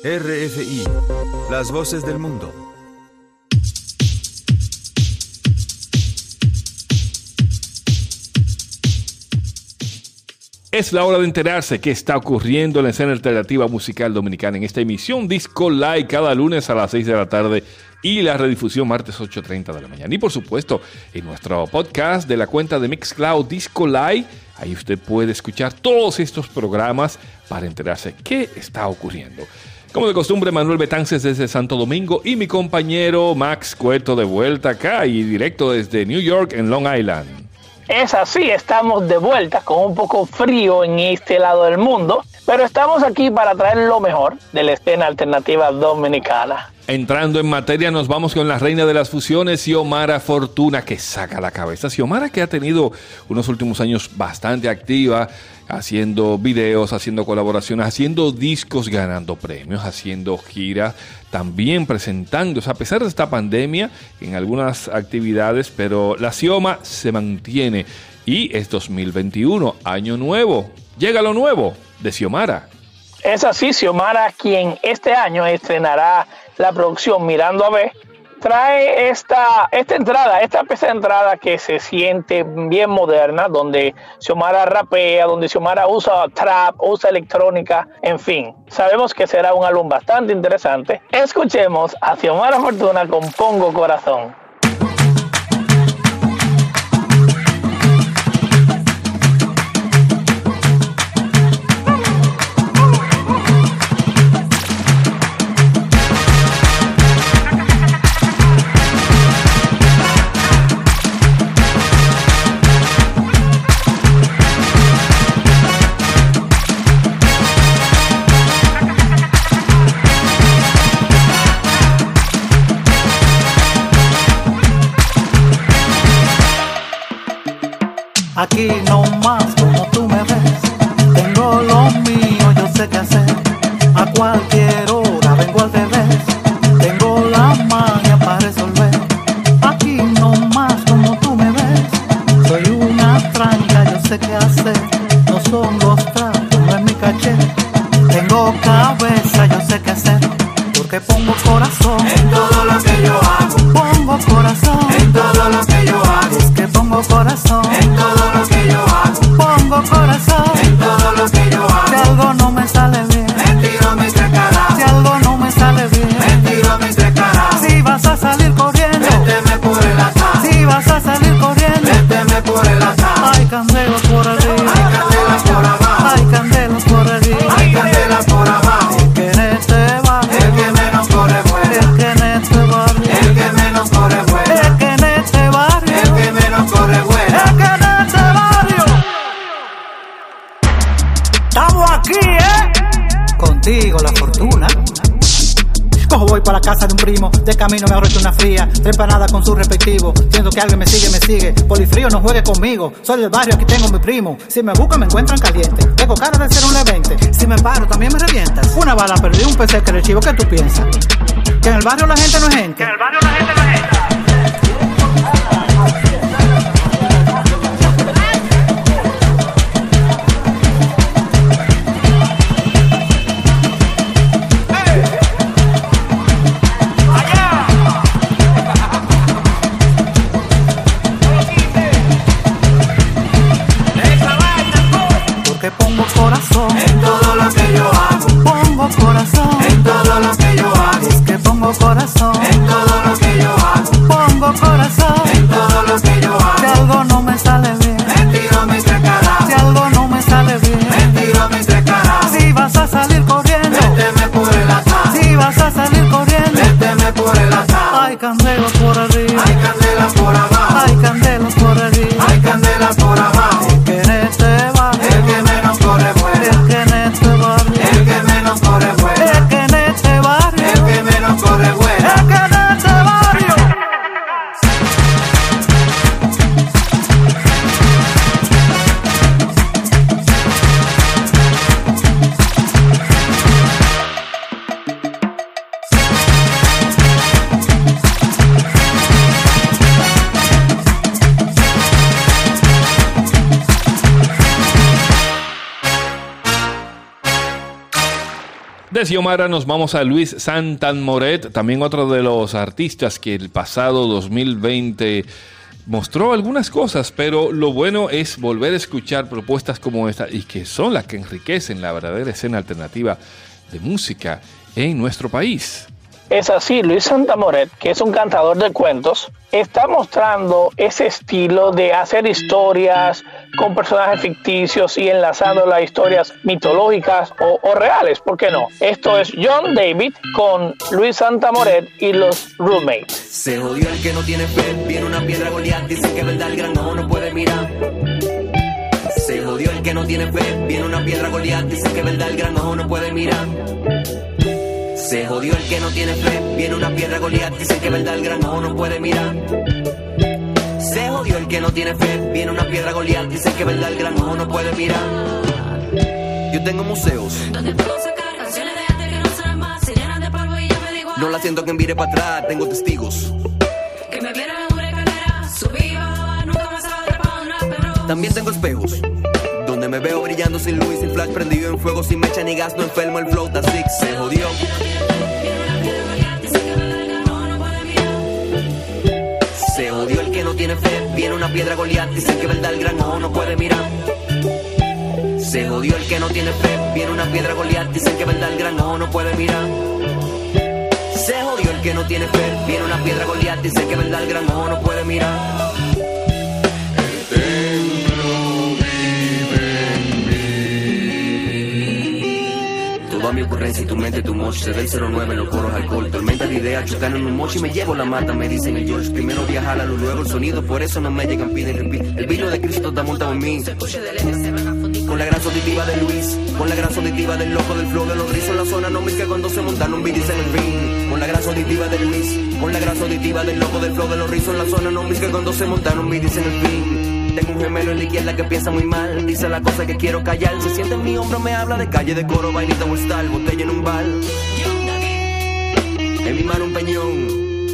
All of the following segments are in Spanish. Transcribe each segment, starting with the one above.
RFI, las voces del mundo. Es la hora de enterarse qué está ocurriendo en la escena alternativa musical dominicana en esta emisión Disco Live cada lunes a las 6 de la tarde y la redifusión martes 8:30 de la mañana. Y por supuesto, en nuestro podcast de la cuenta de Mixcloud Disco Live, ahí usted puede escuchar todos estos programas para enterarse qué está ocurriendo. Como de costumbre, Manuel Betances desde Santo Domingo y mi compañero Max Cueto de vuelta acá y directo desde New York en Long Island. Es así, estamos de vuelta con un poco frío en este lado del mundo, pero estamos aquí para traer lo mejor de la escena alternativa dominicana. Entrando en materia, nos vamos con la reina de las fusiones, Xiomara Fortuna, que saca la cabeza. Xiomara, que ha tenido unos últimos años bastante activa, haciendo videos, haciendo colaboraciones, haciendo discos, ganando premios, haciendo giras, también presentándose, a pesar de esta pandemia, en algunas actividades, pero la Xioma se mantiene. Y es 2021, año nuevo. Llega lo nuevo de Xiomara. Es así, Xiomara, quien este año estrenará la producción Mirando a Ver, trae esta pieza de entrada que se siente bien moderna, donde Xiomara rapea, donde Xiomara usa trap, usa electrónica, en fin. Sabemos que será un álbum bastante interesante. Escuchemos a Xiomara Fortuna con Pongo Corazón. Aquí no más como tú me ves, tengo lo mío, yo sé qué hacer, a cualquier hora vengo al revés, tengo la magia para resolver. Aquí no más como tú me ves, soy una tranca, yo sé qué hacer, no son los tratos, no es mi caché, tengo cabeza, yo sé qué hacer, porque pongo corazón en todo lo que yo hago, pongo corazón en todo lo que yo hago, es que pongo corazón en todo lo que yo hago, pongo corazón en todo lo que yo hago. Si algo no me sale bien, Me tiro mis tres carajos, si algo no me sale bien, me tiro mis tres carajos. si vas a salir corriendo, Méteme por el azar, si vas a salir corriendo, méteme por el azar. hay candelas por arriba, Hay candelas por abajo, hay candelas por arriba, hay candelas por abajo. el que en este barrio, El que menos corre vuela, el que en este barrio, el que menos corre vuela, el que en este barrio, el que menos corre vuela. el que en este barrio. Estamos aquí, contigo la fortuna. Cojo voy para la casa de un primo, de camino me arrocho una fría, tres empanadas con su respectivo, siento que alguien me sigue, polifrío no juegue conmigo, soy del barrio, aquí tengo mi primo, si me buscan me encuentran caliente, tengo cara de ser un levente, si me paro también me revientas, una bala perdí, un PC que le chivo, ¿qué tú piensas? Que en el barrio la gente no es gente, que en el barrio la gente no es gente. Pongo corazón En todo lo que yo hago, pongo corazón en todo lo que yo hago, es que pongo corazón en todo lo que yo hago, pongo corazón en todo lo que yo si hago. algo no me sale bien, Me tiro mis tres carajos, si algo no me sale bien, me tiro mis tres carajos. si vas a salir corriendo, Méteme por el azar, si vas a salir corriendo, méteme por el azar. hay candelas por arriba, Hay candelas por abajo, hay candelas por arriba, hay candelas por abajo. el que en este barrio, El que menos corre vuela, el que en este barrio, el que menos corre vuela, el que en este barrio, el que menos corre vuela. el que en De Xiomara nos vamos a Luis Santamoret, también otro de los artistas que el pasado 2020 mostró algunas cosas, pero lo bueno es volver a escuchar propuestas como esta y que son las que enriquecen la verdadera escena alternativa de música en nuestro país. Es así, Luis Santamoret, que es un cantador de cuentos, está mostrando ese estilo de hacer historias con personajes ficticios y enlazando las historias mitológicas o reales, ¿por qué no? Esto es John David con Luis Santamoret y los Roommates. Se jodió el que no tiene fe, viene una piedra Goliat, dicen que verdad el gran ojo no puede mirar. Se jodió el que no tiene fe, viene una piedra Goliat, dicen que verdad el gran ojo no puede mirar. Se jodió el que no tiene fe, viene una piedra Goliat, dicen que verdad el gran ojo no puede mirar. Se jodió el que no tiene fe, viene una piedra Goliat, dicen que verdad el gran ojo no puede mirar. Yo tengo museos donde puedo sacar canciones de antes que no saben más, se llenan de polvo y yo me digo no la siento que mire para atrás, tengo testigos que me vieron en una escalera, subí, bajaba, nunca más estaba atrapado en una pero también tengo espejos donde me veo brillando sin luz, sin flash prendido en fuego, sin mecha ni gas, no enfermo, el flow está sick. Se jodió. Se jodió el que no tiene fe, viene una piedra Goliat, dicen que verdad el gran ojo no puede mirar. Se jodió el que no tiene fe, viene una piedra Goliat, dicen que verdad el gran ojo no puede mirar. Se jodió el que no tiene fe, viene una piedra Goliat, dicen que verdad el gran ojo no puede mirar. Toda mi ocurrencia y tu mente, tu mochi, se del 09 en los coros alcohol, tormenta de ideas, chocan en un mochi, me llevo la mata, me dicen el George, primero viaja la luz, luego el sonido, por eso no me llegan, piden repeat, el vino de Cristo está montado en mí, con la gran auditiva de Luis, con la gran auditiva del loco, del flow de los rizos, en la zona no que cuando se montan un beat dicen el ring, con la gran auditiva de Luis, con la gran auditiva del loco, del flow de los rizos, en la zona no que cuando se montan un beat dicen el ring. Tengo un gemelo en la izquierda que piensa muy mal, dice la cosa que quiero callar, se siente en mi hombro, me habla de calle, de coro, vainita o style, botella en un bar, en mi mano un peñón,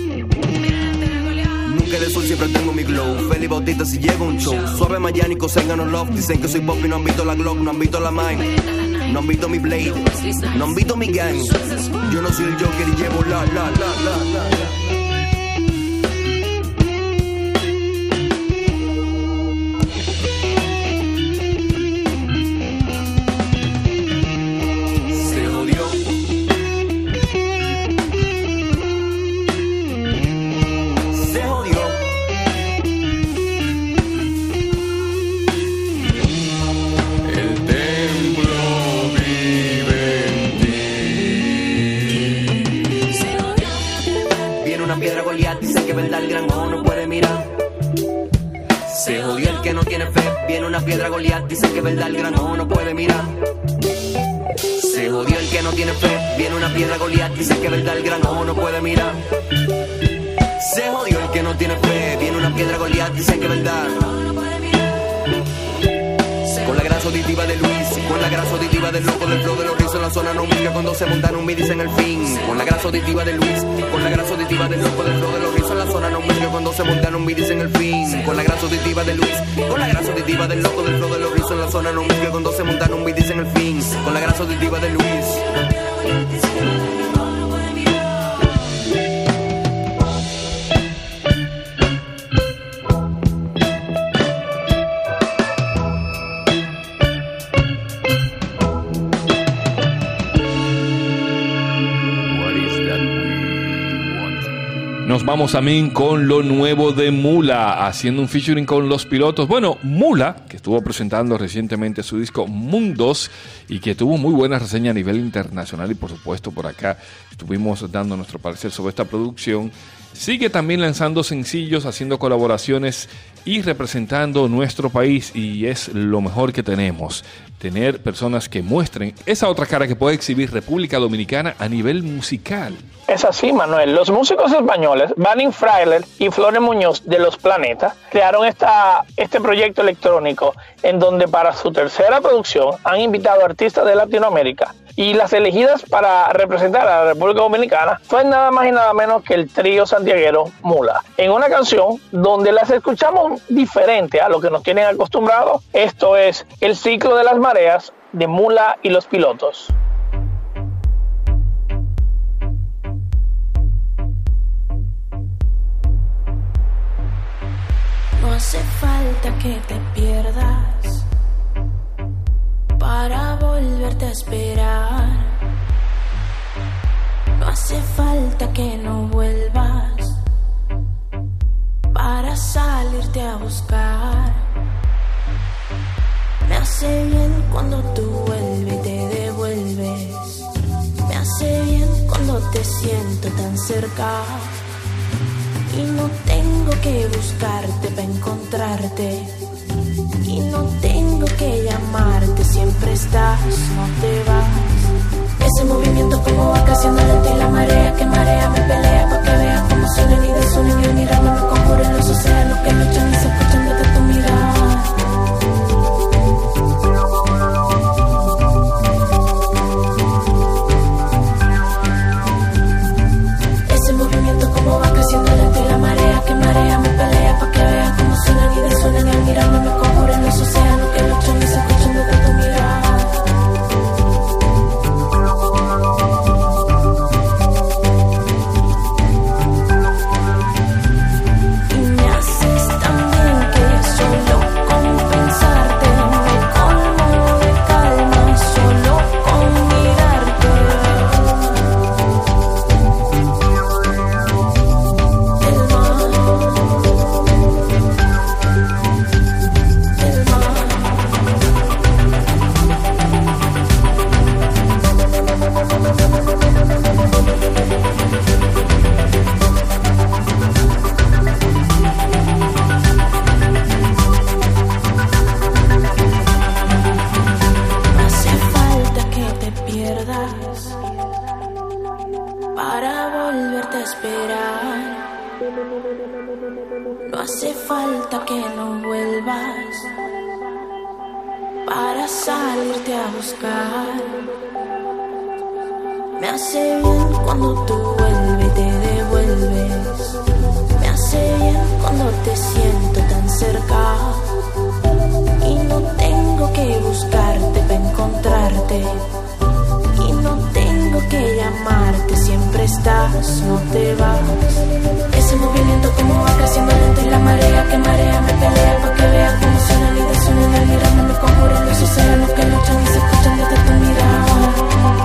nunca de sol siempre tengo mi glow, Feli Bautista si llego a un show, suave Mayánico, Sengano Love, dicen que soy pop y no han visto la Glock, no han visto la Mine, no han visto mi Blade, no han visto mi gang, yo no soy el Joker y llevo la. Dicen que verdad el gran ojo no puede mirar. Se jodió el que no tiene fe, viene una piedra Goliat, dicen que verdad el gran ojo no puede mirar. Se jodió el que no tiene fe, viene una piedra Goliat, dicen que verdad el gran ojo no puede mirar. Se jodió el que no tiene fe, viene una piedra Goliat, dicen que verdad. Con la grasa auditiva de Luis, con la grasa auditiva del loco, del flow de los rizos, en la zona no ubica cuando se montan un beat dicen el fin. Con la grasa auditiva de Luis, con la grasa auditiva del loco, del flow de los rizos, en la zona no ubica cuando se montan un beat dicen el fin. Con la grasa auditiva de Luis, con la grasa auditiva del loco, del flow de los rizos, en la zona no ubica cuando se montan un beat dicen el fin. Con la grasa auditiva de Luis. Nos vamos también con lo nuevo de Mula, haciendo un featuring con Los Pilotos. Bueno, Mula, que estuvo presentando recientemente su disco Mundos y que tuvo muy buena reseña a nivel internacional y por supuesto por acá estuvimos dando nuestro parecer sobre esta producción. Sigue también lanzando sencillos, haciendo colaboraciones y representando nuestro país, y es lo mejor que tenemos, tener personas que muestren esa otra cara que puede exhibir República Dominicana a nivel musical. Es así, Manuel. Los músicos españoles Banning Frailer y Flores Muñoz de Los Planetas crearon este proyecto electrónico en donde para su tercera producción han invitado artistas de Latinoamérica, y las elegidas para representar a la República Dominicana fue nada más y nada menos que el trío santiaguero Mula, en una canción donde las escuchamos diferente a lo que nos tienen acostumbrados. Esto es El Ciclo de las Mareas de Mula y Los Pilotos. hace falta que te pierdas para volverte a esperar. No hace falta que no vuelvas para salirte a buscar. Me hace bien cuando tú vuelves y te devuelves. Me hace bien cuando te siento tan cerca. Y no tengo que buscarte para encontrarte. Y no tengo que llamarte, siempre estás, no te vas. Ese movimiento como va creciendo lento y la marea que marea me pelea pa' que veas cómo suenan y desunen y al mirarme me conjuran los océanos que luchan y se escuchan desde tu mirada. Ese movimiento como va creciendo lento y la marea que marea me pelea pa' que veas cómo suenan y desuenen y al mirarme me conjuran los océanos que luchan y se escuchan desde tu mirada. Para volverte a esperar, no hace falta que no vuelvas para salirte a buscar. Me hace bien cuando tú vuelves y te devuelves. Me hace bien cuando te siento tan cerca. Y no tengo que buscarte para encontrarte. Y no tengo que llamarte, siempre estás, no te vas. Ese movimiento como va creciendo lento y la marea que marea me pelea pa' que veas cómo suenan y desunen al mirarme me conjuran los océanos que luchan y se escuchan desde tu mirada.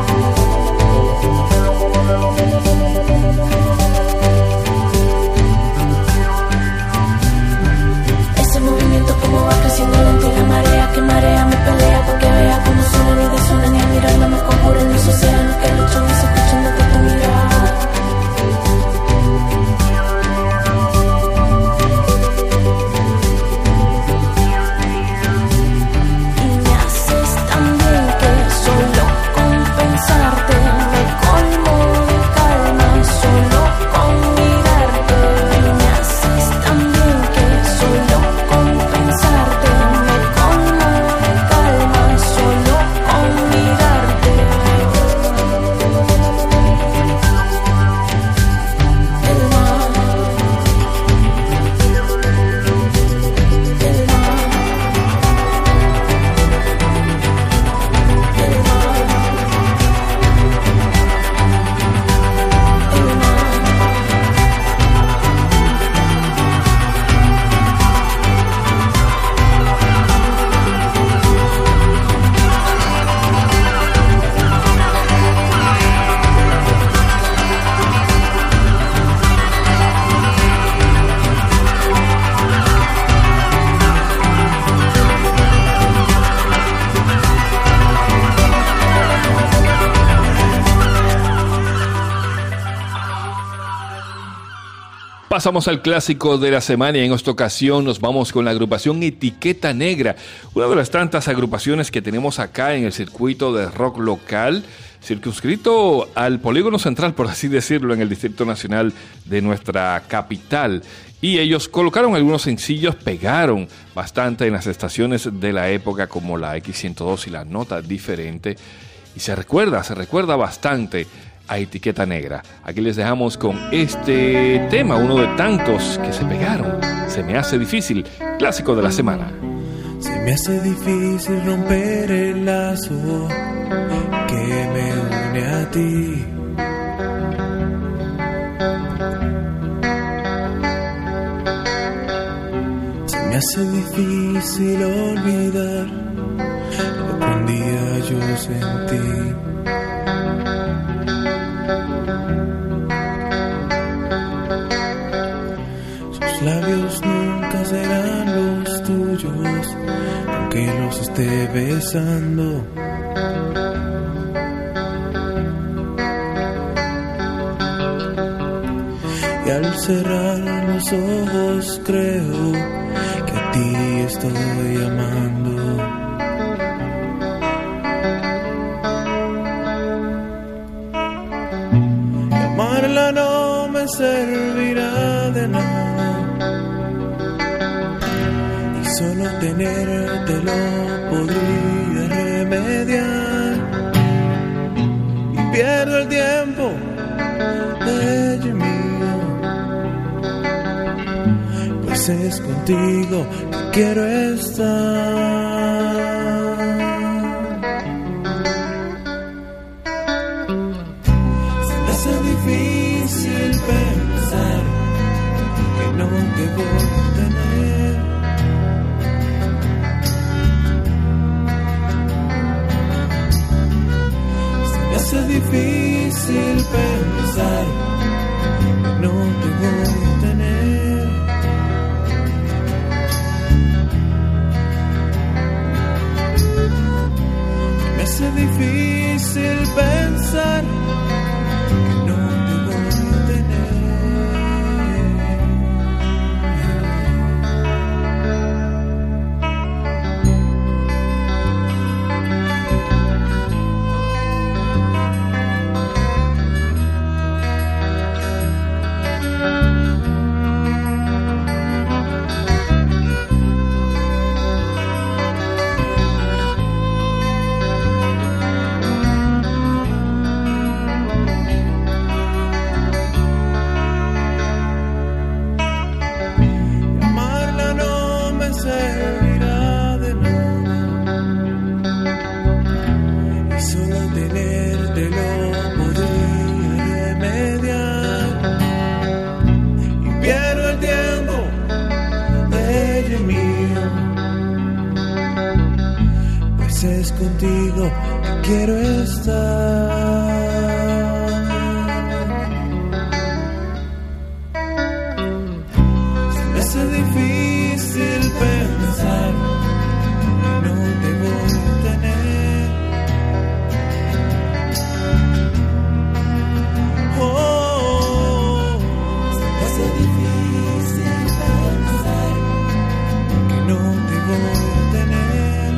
Ese movimiento como va creciendo lento y la marea que marea me pelea pa' que veas cómo suenan y desunen y al mirarme me conjuran los océanos que luchan y se escuchan desde tu mirada. Pasamos al clásico de la semana y en esta ocasión nos vamos con la agrupación Etiqueta Negra, una de las tantas agrupaciones que tenemos acá en el circuito de rock local, circunscrito al polígono central, por así decirlo, en el Distrito Nacional de nuestra capital. Y ellos colocaron algunos sencillos, pegaron bastante en las estaciones de la época como la X102 y la Nota Diferente. Y se recuerda bastante a Etiqueta Negra. Aquí les dejamos con este tema, uno de tantos que se pegaron. Se me hace difícil, clásico de la semana. Se me hace difícil romper el lazo que me une a ti. Se me hace difícil olvidar lo que un día yo sentí. Sus labios nunca serán los tuyos, aunque los esté besando. Y al cerrar los ojos creo que a ti estoy amando. Y amarla no me servirá de nada, y solo tenerte lo podría remediar. Y pierdo el tiempo, bello mío, pues es contigo que quiero estar. Se me hace difícil pensar que no te voy a tener. Se me hace difícil pensar que no te voy a tener. Me hace difícil pensar que no te voy a tener. Es contigo que quiero estar. Se me hace difícil pensar que no te voy a tener. Oh, se me hace difícil pensar que no te voy a tener.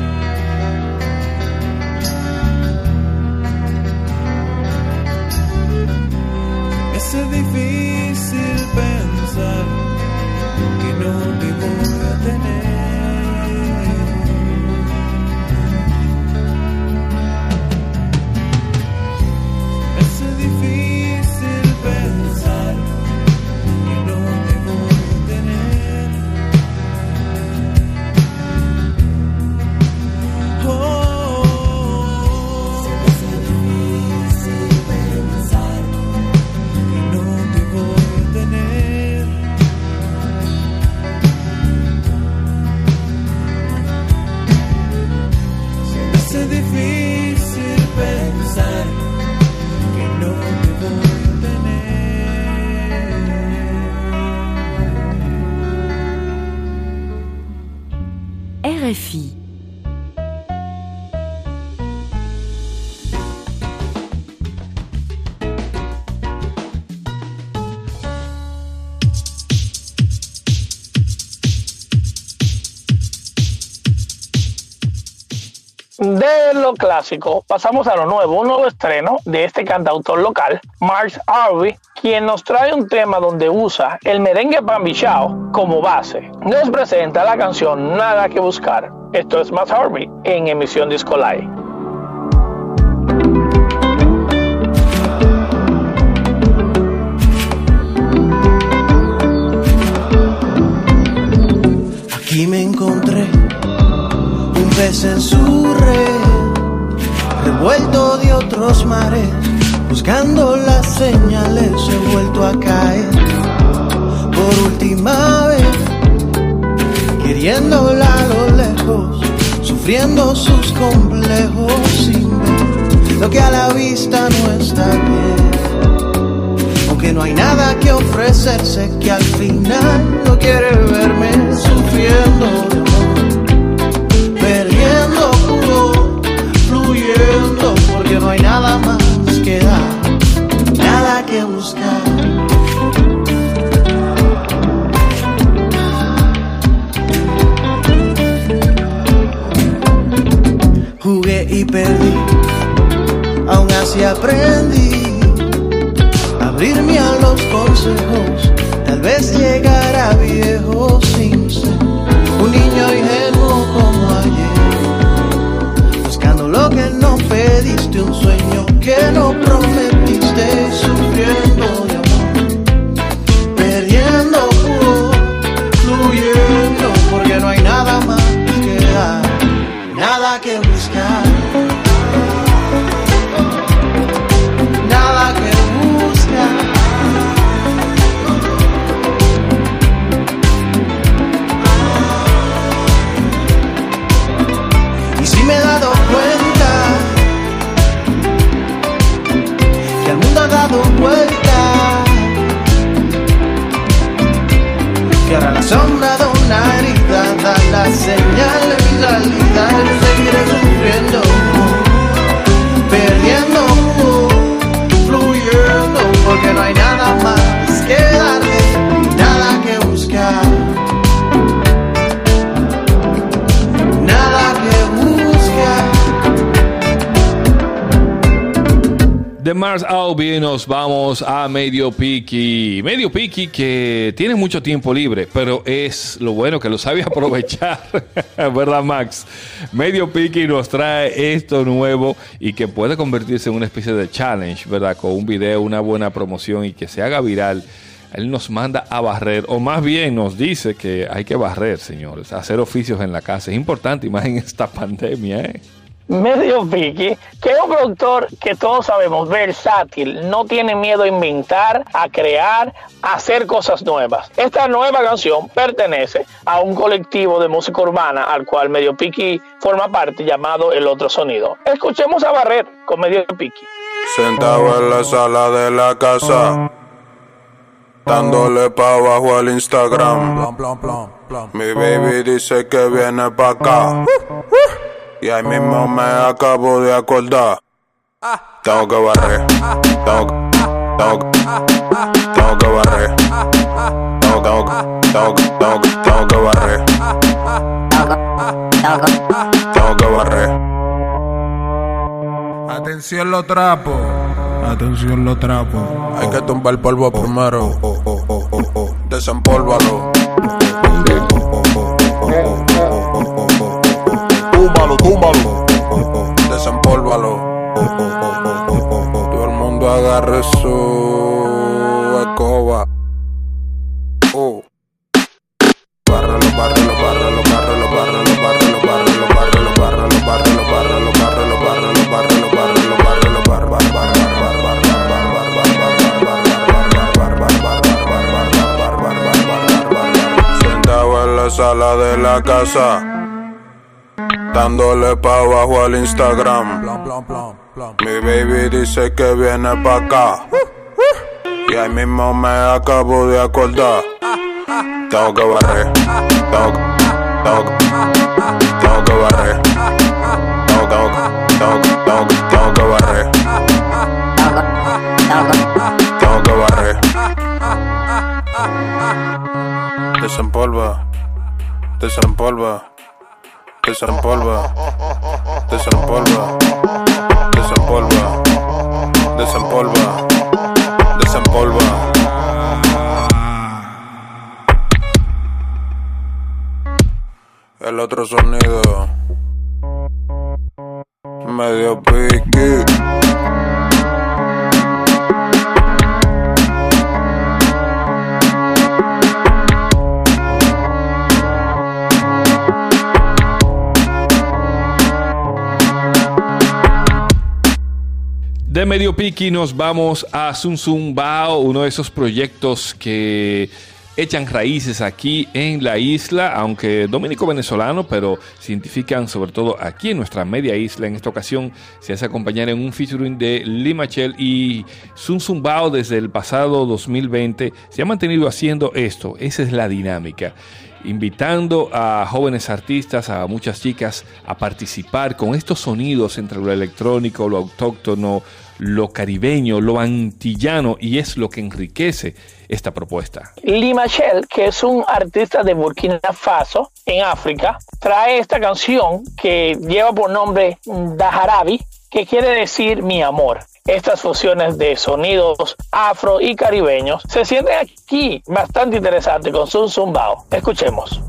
Es difícil pensar que no te voy a tener. Es difícil pensar que no te voy a tener. Oh, es difícil pensar que no te voy a tener. Se me hace difícil pensar que no te voy a tener. RFI. De lo clásico pasamos a lo nuevo, un nuevo estreno de este cantautor local, Mark Harvey, quien nos trae un tema donde usa el merengue pambichao como base. Nos presenta la canción Nada que Buscar. Esto es Mark Harvey en Emisión Disco Live. Aquí me encontré un pez en su red, revuelto de otros mares, buscando las señales. He vuelto a caer por última vez, queriéndola a lo lejos, sufriendo sus complejos sin ver lo que a la vista no está bien. Aunque no hay nada que ofrecer, sé que al final no quiere verme sufriendo de amor, perdiendo puro, fluyendo, porque no hay nada más que dar, nada que buscar. Jugué y perdí, aún así aprendí a abrirme a los consejos, tal vez llegar a viejo sin ser un niño ingenuo como ayer, buscando lo que no pediste, un sueño que no prometiste, sufriendo de amor, perdiendo puro, fluyendo, porque no hay nada más que dar, nada que buscar, nada que buscar. Y si me he dado cuenta que el mundo ha dado vuelta, que ahora la sombra de una herida da la señal de mi realidad. Yo seguiré sufriendo, perdiendo, fluyendo, porque no hay nada más que darle, nada que buscar, nada que buscar. De Mars Albi nos vamos a Medio Piki. Medio Piki que tiene mucho tiempo libre, pero es lo bueno que lo sabe aprovechar, ¿verdad, Max? Medio Piki nos trae esto nuevo y que puede convertirse en una especie de challenge, ¿verdad? Con un video, una buena promoción y que se haga viral. Él nos manda a barrer, o más bien nos dice que hay que barrer, señores, hacer oficios en la casa. Es importante, y más en esta pandemia, ¿eh? Medio Piki, que es un productor que todos sabemos, versátil, no tiene miedo a inventar, a crear, a hacer cosas nuevas. Esta nueva canción pertenece a un colectivo de música urbana al cual Medio Piki forma parte, llamado El Otro Sonido. Escuchemos a barrer con Medio Piki. Sentado en la sala de la casa, dándole pa' abajo al Instagram. Mi baby dice que viene pa' acá, y ahí mismo me acabo de acordar. Tengo que barrer, tengo que barrer, tengo que barrer, tengo que barrer. Atención los trapos, atención los trapos. Hay que tumbar el polvo primero, desempólvalo. Túmbalo, desempólvalo. Todo el mundo agarre su escoba. Bárralo, bárralo, bárralo, bárralo, bárralo, bárralo, bárralo, bárralo, bárralo, bárralo, bárralo, bárralo, bárralo, bárralo, bárralo, bárralo. Sentado en la sala de la casa, dándole pa' abajo al Instagram. Mi baby dice que viene pa' acá, y ahí mismo me acabo de acordar. Tengo que barrer, tengo que barrer, tengo que barrer, tengo que barrer. Desempolva, desempolva, desempolva, desempolva, desempolva, desempolva, desempolva. El otro sonido, Medio Piki. De Medio Piki nos vamos a Zum Zum Bao, uno de esos proyectos que echan raíces aquí en la isla, aunque dominico-venezolano, pero se identifican sobre todo aquí en nuestra media isla. En esta ocasión se hace acompañar en un featuring de Limachel y Sun Sun Bao desde el pasado 2020. Se ha mantenido haciendo esto, esa es la dinámica, invitando a jóvenes artistas, a muchas chicas a participar con estos sonidos entre lo electrónico, lo autóctono, lo caribeño, lo antillano, y es lo que enriquece esta propuesta. Limachel, que es un artista de Burkina Faso, en África, trae esta canción que lleva por nombre Daharabi, que quiere decir mi amor. Estas fusiones de sonidos afro y caribeños se sienten aquí bastante interesantes con Sun Sun Bao. Escuchemos.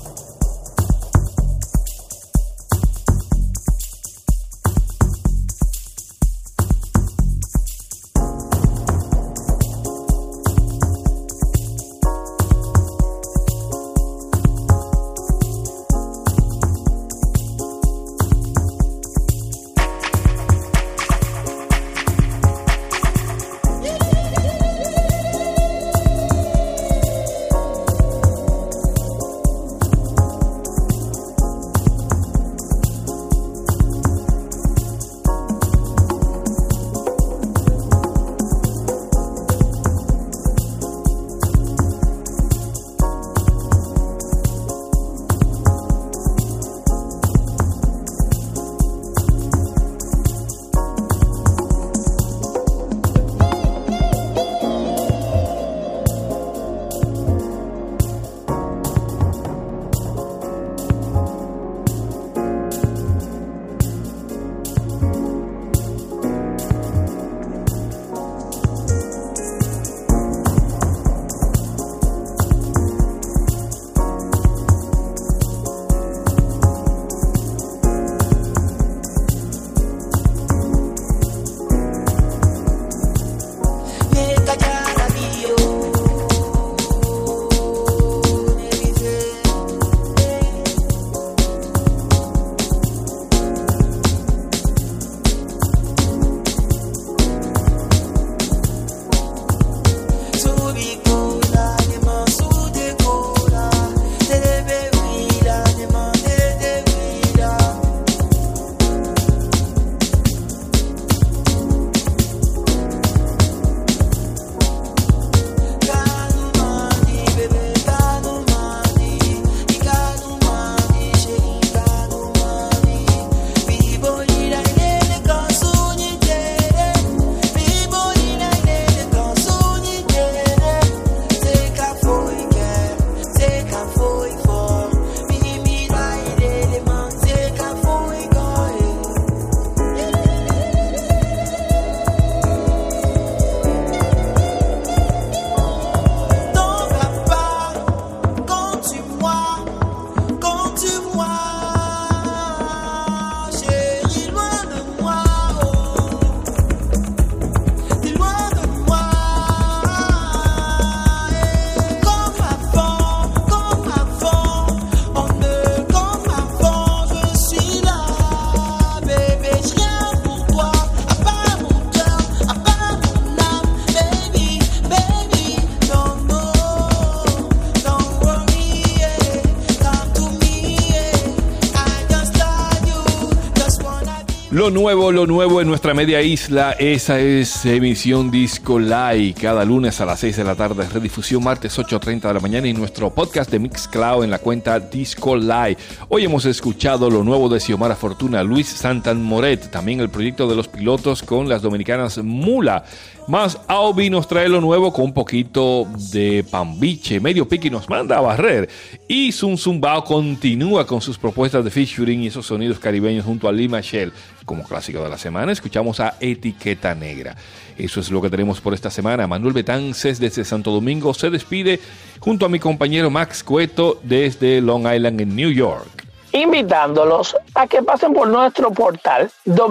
Lo nuevo en nuestra media isla, esa es emisión Disco Live, cada lunes a las 6 de la tarde, redifusión martes 8:30 de la mañana y nuestro podcast de Mixcloud en la cuenta Disco Live. Hoy hemos escuchado lo nuevo de Xiomara Fortuna, Luis Santanmoret, también el proyecto de los pilotos con las dominicanas Mula. Más Aubi nos trae lo nuevo con un poquito de pambiche, medio pique y nos manda a barrer. Y Sun Sun Bao continúa con sus propuestas de featuring y esos sonidos caribeños junto a Limachel. Como clásico de la semana, escuchamos a Etiqueta Negra. Eso es lo que tenemos por esta semana. Manuel Betances desde Santo Domingo se despide junto a mi compañero Max Cueto desde Long Island en New York, invitándolos a que pasen por nuestro portal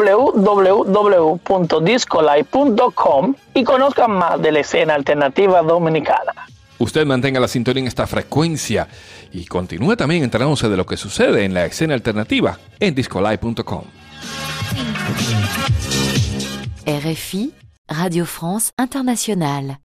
www.discolive.com y conozcan más de la escena alternativa dominicana. Usted mantenga la sintonía en esta frecuencia y continúe también enterándose de lo que sucede en la escena alternativa en discolive.com. RFI, Radio France Internationale.